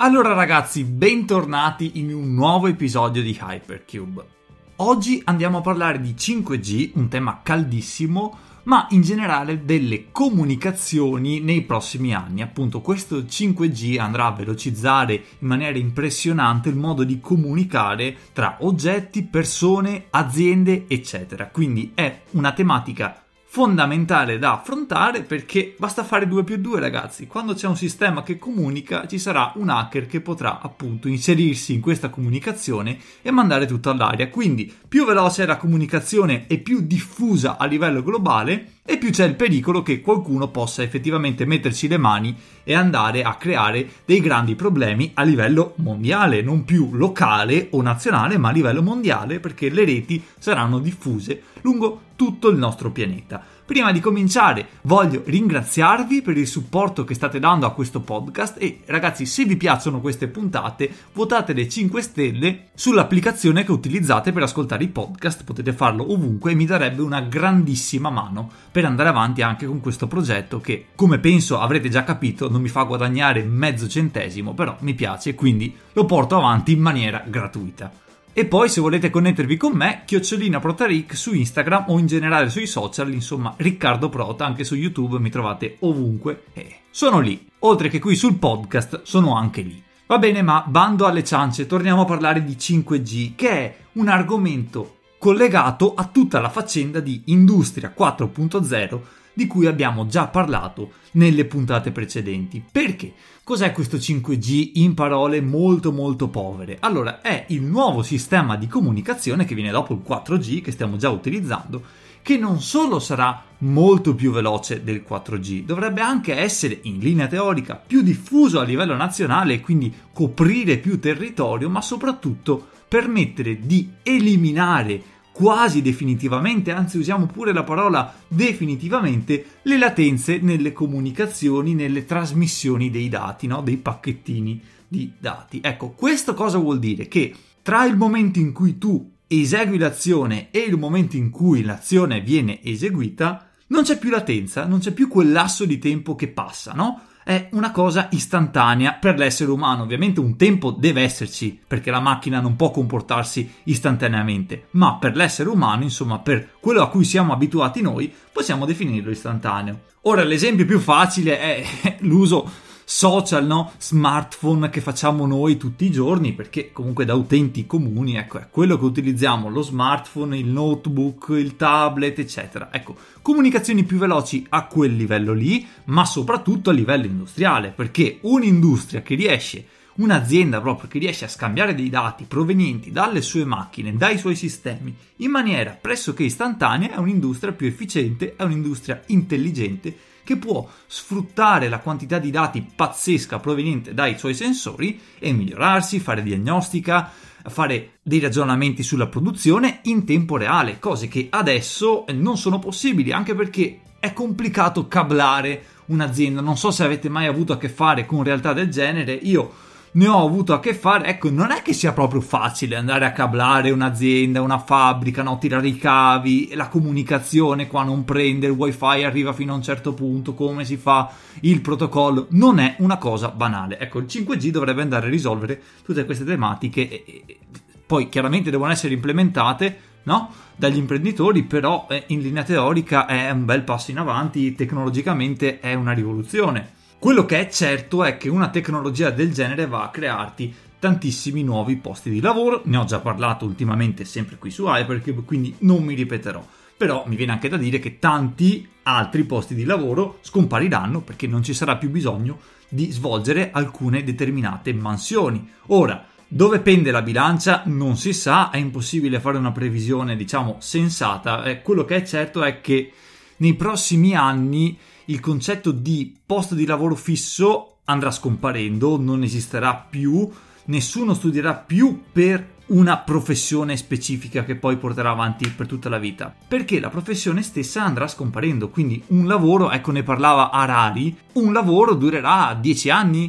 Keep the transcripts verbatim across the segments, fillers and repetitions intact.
Allora ragazzi, bentornati in un nuovo episodio di Hypercube. Oggi andiamo a parlare di cinque G, un tema caldissimo, ma in generale delle comunicazioni nei prossimi anni. Appunto, questo cinque G andrà a velocizzare in maniera impressionante il modo di comunicare tra oggetti, persone, aziende, eccetera. Quindi è una tematica fondamentale da affrontare, perché basta fare due più due, ragazzi. Quando c'è un sistema che comunica, ci sarà un hacker che potrà appunto inserirsi in questa comunicazione e mandare tutto all'aria. Quindi più veloce è la comunicazione e più diffusa a livello globale, e più c'è il pericolo che qualcuno possa effettivamente metterci le mani e andare a creare dei grandi problemi a livello mondiale, non più locale o nazionale, ma a livello mondiale, perché le reti saranno diffuse lungo tutto il nostro pianeta. Prima di cominciare voglio ringraziarvi per il supporto che state dando a questo podcast e ragazzi, se vi piacciono queste puntate, votate le cinque stelle sull'applicazione che utilizzate per ascoltare i podcast. Potete farlo ovunque e mi darebbe una grandissima mano per andare avanti anche con questo progetto che, come penso avrete già capito, non mi fa guadagnare mezzo centesimo, però mi piace, quindi lo porto avanti in maniera gratuita. E poi se volete connettervi con me, chiocciolina Protaric su Instagram o in generale sui social, insomma Riccardo Prota, anche su YouTube mi trovate ovunque e sono lì. Oltre che qui sul podcast sono anche lì. Va bene, ma bando alle ciance, torniamo a parlare di cinque G, che è un argomento collegato a tutta la faccenda di Industria quattro punto zero di cui abbiamo già parlato nelle puntate precedenti. Perché? Cos'è questo cinque G in parole molto molto povere? Allora, è il nuovo sistema di comunicazione che viene dopo il quattro G che stiamo già utilizzando, che non solo sarà molto più veloce del quattro G, dovrebbe anche essere in linea teorica più diffuso a livello nazionale e quindi coprire più territorio, ma soprattutto permettere di eliminare quasi definitivamente, anzi usiamo pure la parola definitivamente, le latenze nelle comunicazioni, nelle trasmissioni dei dati, no? Dei pacchettini di dati. Ecco, questo cosa vuol dire? Che tra il momento in cui tu esegui l'azione e il momento in cui l'azione viene eseguita, non c'è più latenza, non c'è più quel lasso di tempo che passa, no? È una cosa istantanea per l'essere umano. Ovviamente un tempo deve esserci, perché la macchina non può comportarsi istantaneamente, ma per l'essere umano, insomma, per quello a cui siamo abituati noi, possiamo definirlo istantaneo. Ora, l'esempio più facile è l'uso social, no? Smartphone che facciamo noi tutti i giorni, perché comunque da utenti comuni, ecco, è quello che utilizziamo, lo smartphone, il notebook, il tablet, eccetera. Ecco, comunicazioni più veloci a quel livello lì, ma soprattutto a livello industriale, perché un'industria che riesce, un'azienda proprio che riesce a scambiare dei dati provenienti dalle sue macchine, dai suoi sistemi, in maniera pressoché istantanea, è un'industria più efficiente, è un'industria intelligente, che può sfruttare la quantità di dati pazzesca proveniente dai suoi sensori e migliorarsi, fare diagnostica, fare dei ragionamenti sulla produzione in tempo reale, cose che adesso non sono possibili, anche perché è complicato cablare un'azienda. Non so se avete mai avuto a che fare con realtà del genere, io ne ho avuto a che fare, ecco, non è che sia proprio facile andare a cablare un'azienda, una fabbrica, no, tirare i cavi, la comunicazione qua non prende, il wifi arriva fino a un certo punto, come si fa il protocollo, non è una cosa banale. Ecco, il cinque G dovrebbe andare a risolvere tutte queste tematiche e, e poi chiaramente devono essere implementate, no, dagli imprenditori, però eh, in linea teorica è un bel passo in avanti, tecnologicamente è una rivoluzione. Quello che è certo è che una tecnologia del genere va a crearti tantissimi nuovi posti di lavoro. Ne ho già parlato ultimamente sempre qui su Hypercube, quindi non mi ripeterò. Però mi viene anche da dire che tanti altri posti di lavoro scompariranno, perché non ci sarà più bisogno di svolgere alcune determinate mansioni. Ora, dove pende la bilancia non si sa, è impossibile fare una previsione, diciamo, sensata. Eh, quello che è certo è che nei prossimi anni il concetto di posto di lavoro fisso andrà scomparendo, non esisterà più, nessuno studierà più per una professione specifica che poi porterà avanti per tutta la vita, perché la professione stessa andrà scomparendo. Quindi un lavoro, ecco, ne parlava Harari, un lavoro durerà dieci anni,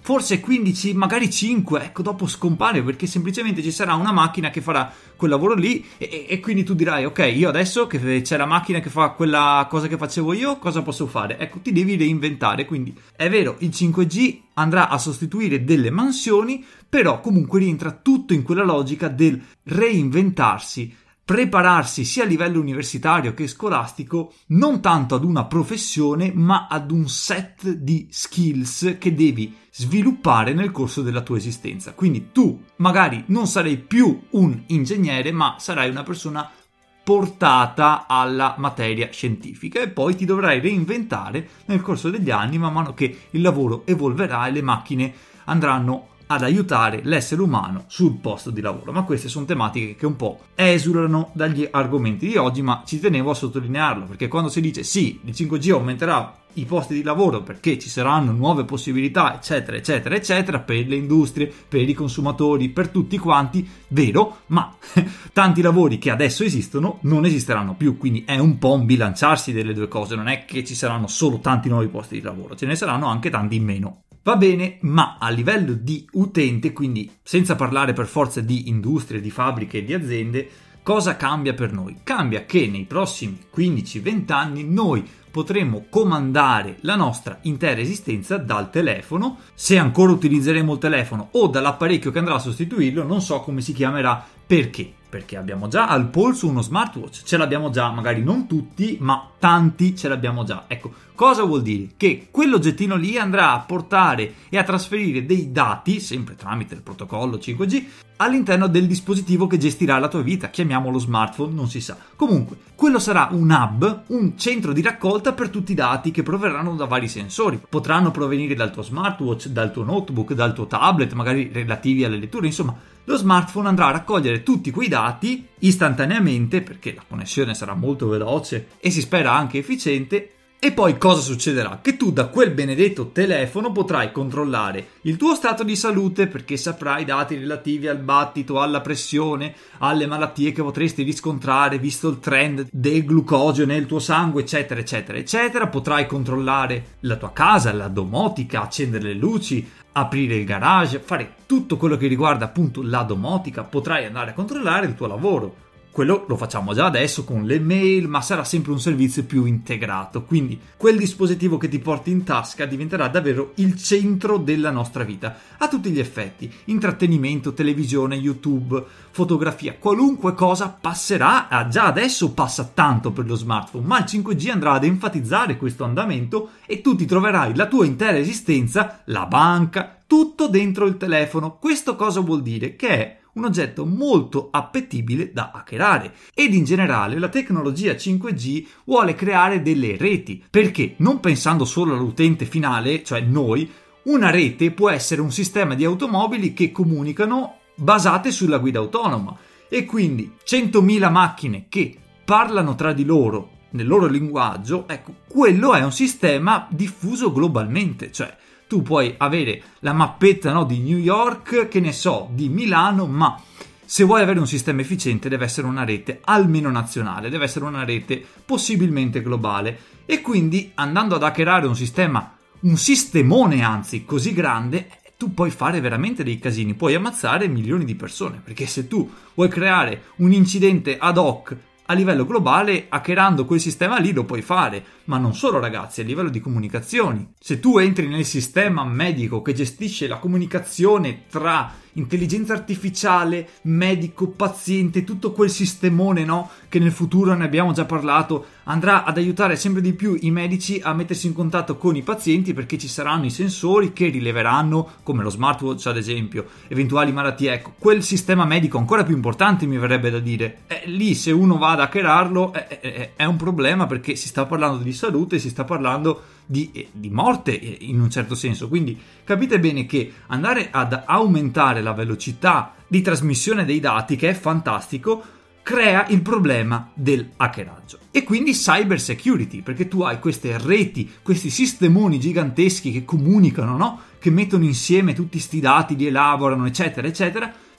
forse quindici, magari cinque, ecco, dopo scompare, perché semplicemente ci sarà una macchina che farà quel lavoro lì e, e quindi tu dirai, ok, io adesso che c'è la macchina che fa quella cosa che facevo io, cosa posso fare? Ecco, ti devi reinventare. Quindi è vero, il cinque G andrà a sostituire delle mansioni, però comunque rientra tutto in quella logica del reinventarsi, prepararsi sia a livello universitario che scolastico non tanto ad una professione ma ad un set di skills che devi sviluppare nel corso della tua esistenza. Quindi tu magari non sarai più un ingegnere ma sarai una persona portata alla materia scientifica e poi ti dovrai reinventare nel corso degli anni man mano che il lavoro evolverà e le macchine andranno ad aiutare l'essere umano sul posto di lavoro. Ma queste sono tematiche che un po' esulano dagli argomenti di oggi, ma ci tenevo a sottolinearlo, perché quando si dice sì, il cinque G aumenterà i posti di lavoro perché ci saranno nuove possibilità, eccetera, eccetera, eccetera, per le industrie, per i consumatori, per tutti quanti, vero, ma tanti lavori che adesso esistono non esisteranno più, quindi è un po' un bilanciarsi delle due cose, non è che ci saranno solo tanti nuovi posti di lavoro, ce ne saranno anche tanti in meno. Va bene, ma a livello di utente, quindi senza parlare per forza di industrie, di fabbriche e di aziende, cosa cambia per noi? Cambia che nei prossimi quindici venti anni noi potremo comandare la nostra intera esistenza dal telefono, se ancora utilizzeremo il telefono, o dall'apparecchio che andrà a sostituirlo, non so come si chiamerà. Perché? Perché abbiamo già al polso uno smartwatch, ce l'abbiamo già, magari non tutti, ma tanti ce l'abbiamo già. Ecco, cosa vuol dire? Che quell'oggettino lì andrà a portare e a trasferire dei dati, sempre tramite il protocollo cinque G, all'interno del dispositivo che gestirà la tua vita, chiamiamolo smartphone, non si sa. Comunque, quello sarà un hub, un centro di raccolta per tutti i dati che proverranno da vari sensori. Potranno provenire dal tuo smartwatch, dal tuo notebook, dal tuo tablet, magari relativi alle letture, insomma. Lo smartphone andrà a raccogliere tutti quei dati istantaneamente, perché la connessione sarà molto veloce e si spera anche efficiente. E poi cosa succederà? Che tu da quel benedetto telefono potrai controllare il tuo stato di salute, perché saprai i dati relativi al battito, alla pressione, alle malattie che potresti riscontrare visto il trend del glucosio nel tuo sangue, eccetera, eccetera, eccetera. Potrai controllare la tua casa, la domotica, accendere le luci, aprire il garage, fare tutto quello che riguarda appunto la domotica. Potrai andare a controllare il tuo lavoro. Quello lo facciamo già adesso con le mail, ma sarà sempre un servizio più integrato. Quindi quel dispositivo che ti porti in tasca diventerà davvero il centro della nostra vita, a tutti gli effetti. Intrattenimento, televisione, YouTube, fotografia, qualunque cosa passerà, già adesso passa tanto per lo smartphone, ma il cinque G andrà ad enfatizzare questo andamento e tu ti troverai la tua intera esistenza, la banca, tutto dentro il telefono. Questo cosa vuol dire? Che è un oggetto molto appetibile da hackerare, ed in generale la tecnologia cinque G vuole creare delle reti, perché non pensando solo all'utente finale, cioè noi, una rete può essere un sistema di automobili che comunicano basate sulla guida autonoma, e quindi centomila macchine che parlano tra di loro nel loro linguaggio. Ecco, quello è un sistema diffuso globalmente, cioè tu puoi avere la mappetta, no, di New York, che ne so, di Milano, ma se vuoi avere un sistema efficiente deve essere una rete almeno nazionale, deve essere una rete possibilmente globale. E quindi andando ad hackerare un sistema, un sistemone anzi così grande, tu puoi fare veramente dei casini, puoi ammazzare milioni di persone, perché se tu vuoi creare un incidente ad hoc a livello globale, hackerando quel sistema lì lo puoi fare. Ma non solo, ragazzi, a livello di comunicazioni. Se tu entri nel sistema medico che gestisce la comunicazione tra intelligenza artificiale, medico, paziente, tutto quel sistemone, no, che nel futuro, ne abbiamo già parlato, andrà ad aiutare sempre di più i medici a mettersi in contatto con i pazienti, perché ci saranno i sensori che rileveranno, come lo smartwatch ad esempio, eventuali malattie. Ecco, quel sistema medico ancora più importante, mi verrebbe da dire. Eh, lì se uno va ad hackerarlo è, è, è un problema, perché si sta parlando di salute, si sta parlando di, di morte in un certo senso. Quindi capite bene che andare ad aumentare la velocità di trasmissione dei dati, che è fantastico, crea il problema del hackeraggio. E quindi cyber security, perché tu hai queste reti, questi sistemoni giganteschi che comunicano, no? Che mettono insieme tutti sti dati, li elaborano, eccetera, eccetera,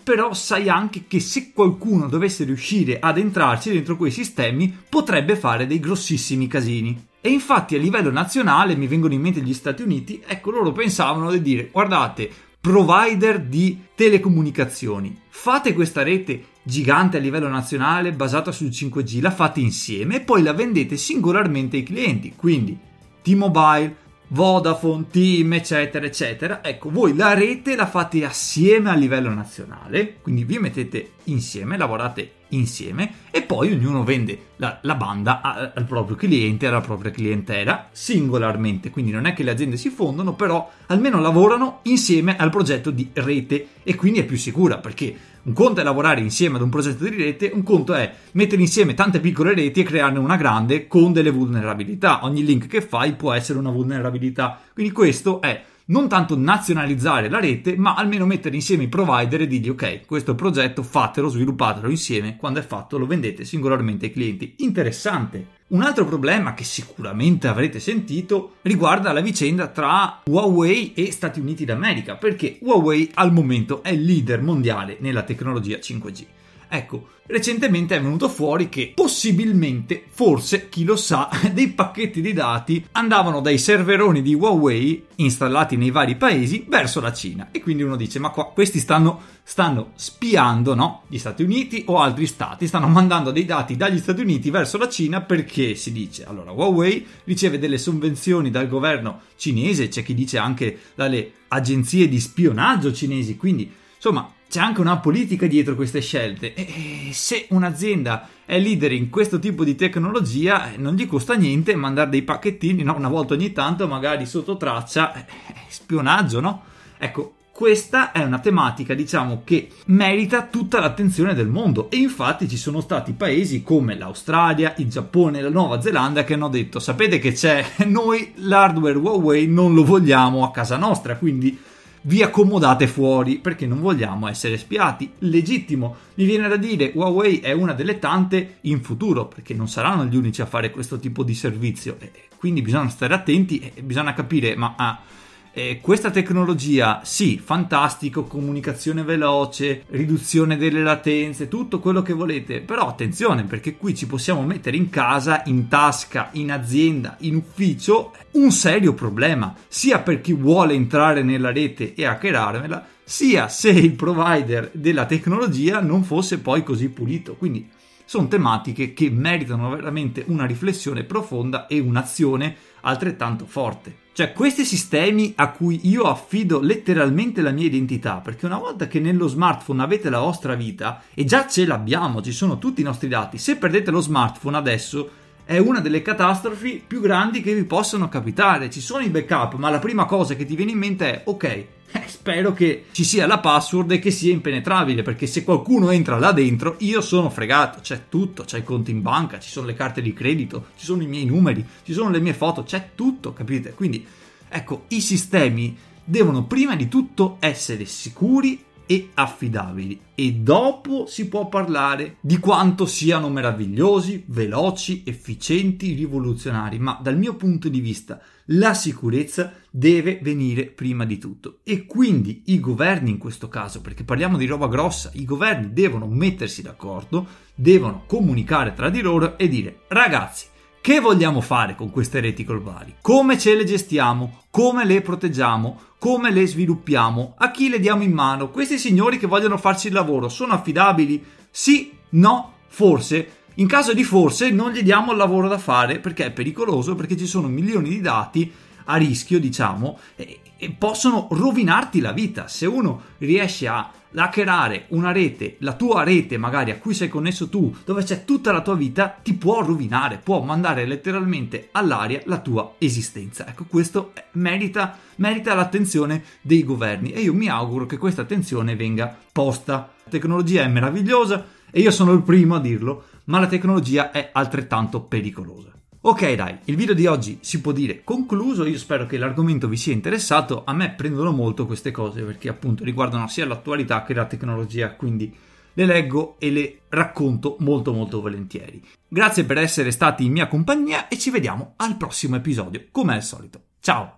però sai anche che se qualcuno dovesse riuscire ad entrarci dentro quei sistemi potrebbe fare dei grossissimi casini. E infatti a livello nazionale mi vengono in mente gli Stati Uniti, ecco, loro pensavano di dire: guardate, provider di telecomunicazioni, fate questa rete gigante a livello nazionale basata sul cinque G, la fate insieme e poi la vendete singolarmente ai clienti, quindi T-Mobile, Vodafone, Team, eccetera, eccetera. Ecco, voi la rete la fate assieme a livello nazionale, quindi vi mettete insieme, lavorate insieme e poi ognuno vende la, la banda a, al proprio cliente, alla propria clientela, singolarmente. Quindi non è che le aziende si fondono, però almeno lavorano insieme al progetto di rete e quindi è più sicura, perché un conto è lavorare insieme ad un progetto di rete, un conto è mettere insieme tante piccole reti e crearne una grande con delle vulnerabilità. Ogni link che fai può essere una vulnerabilità. Quindi questo è non tanto nazionalizzare la rete, ma almeno mettere insieme i provider e dirgli: ok, questo progetto fatelo, sviluppatelo insieme, quando è fatto lo vendete singolarmente ai clienti. Interessante. Un altro problema che sicuramente avrete sentito riguarda la vicenda tra Huawei e Stati Uniti d'America, perché Huawei al momento è il leader mondiale nella tecnologia cinque G. Ecco, recentemente è venuto fuori che possibilmente, forse, chi lo sa, dei pacchetti di dati andavano dai serveroni di Huawei installati nei vari paesi verso la Cina. E quindi uno dice: ma qua questi stanno, stanno spiando, no? Gli Stati Uniti o altri stati stanno mandando dei dati dagli Stati Uniti verso la Cina, perché si dice, allora, Huawei riceve delle sovvenzioni dal governo cinese, c'è chi dice anche dalle agenzie di spionaggio cinesi, quindi insomma c'è anche una politica dietro queste scelte e se un'azienda è leader in questo tipo di tecnologia non gli costa niente mandare dei pacchettini, no? Una volta ogni tanto, magari sotto traccia, eh, spionaggio, no? Ecco, questa è una tematica, diciamo, che merita tutta l'attenzione del mondo e infatti ci sono stati paesi come l'Australia, il Giappone e la Nuova Zelanda che hanno detto: sapete che c'è, noi l'hardware Huawei non lo vogliamo a casa nostra, quindi vi accomodate fuori perché non vogliamo essere spiati. Legittimo, mi viene da dire, Huawei è una delle tante in futuro, perché non saranno gli unici a fare questo tipo di servizio, e quindi bisogna stare attenti e bisogna capire, ma ah, eh, questa tecnologia, sì, fantastico, comunicazione veloce, riduzione delle latenze, tutto quello che volete, però attenzione, perché qui ci possiamo mettere in casa, in tasca, in azienda, in ufficio, un serio problema, sia per chi vuole entrare nella rete e hackerarmela, sia se il provider della tecnologia non fosse poi così pulito. Quindi sono tematiche che meritano veramente una riflessione profonda e un'azione altrettanto forte. Cioè, questi sistemi a cui io affido letteralmente la mia identità, perché una volta che nello smartphone avete la vostra vita, e già ce l'abbiamo, ci sono tutti i nostri dati, se perdete lo smartphone adesso è una delle catastrofi più grandi che vi possono capitare. Ci sono i backup, ma la prima cosa che ti viene in mente è: ok, eh, spero che ci sia la password e che sia impenetrabile, perché se qualcuno entra là dentro io sono fregato. C'è tutto, c'è i conti in banca, ci sono le carte di credito, ci sono i miei numeri, ci sono le mie foto, c'è tutto, capite? Quindi ecco, i sistemi devono prima di tutto essere sicuri e affidabili, e dopo si può parlare di quanto siano meravigliosi, veloci, efficienti, rivoluzionari, ma dal mio punto di vista la sicurezza deve venire prima di tutto, e quindi i governi, in questo caso, perché parliamo di roba grossa, i governi devono mettersi d'accordo, devono comunicare tra di loro e dire: ragazzi, che vogliamo fare con queste reti globali? Come ce le gestiamo? Come le proteggiamo? Come le sviluppiamo? A chi le diamo in mano? Questi signori che vogliono farci il lavoro sono affidabili? Sì? No? Forse? In caso di forse non gli diamo il lavoro da fare, perché è pericoloso, perché ci sono milioni di dati a rischio, diciamo, e, e possono rovinarti la vita. Se uno riesce a hackerare una rete, la tua rete magari a cui sei connesso tu, dove c'è tutta la tua vita, ti può rovinare, può mandare letteralmente all'aria la tua esistenza. Ecco, questo merita, merita l'attenzione dei governi, e io mi auguro che questa attenzione venga posta. La tecnologia è meravigliosa e io sono il primo a dirlo, ma la tecnologia è altrettanto pericolosa. Ok dai, il video di oggi si può dire concluso, io spero che l'argomento vi sia interessato. A me prendono molto queste cose perché appunto riguardano sia l'attualità che la tecnologia, quindi le leggo e le racconto molto molto volentieri. Grazie per essere stati in mia compagnia e ci vediamo al prossimo episodio, come al solito. Ciao!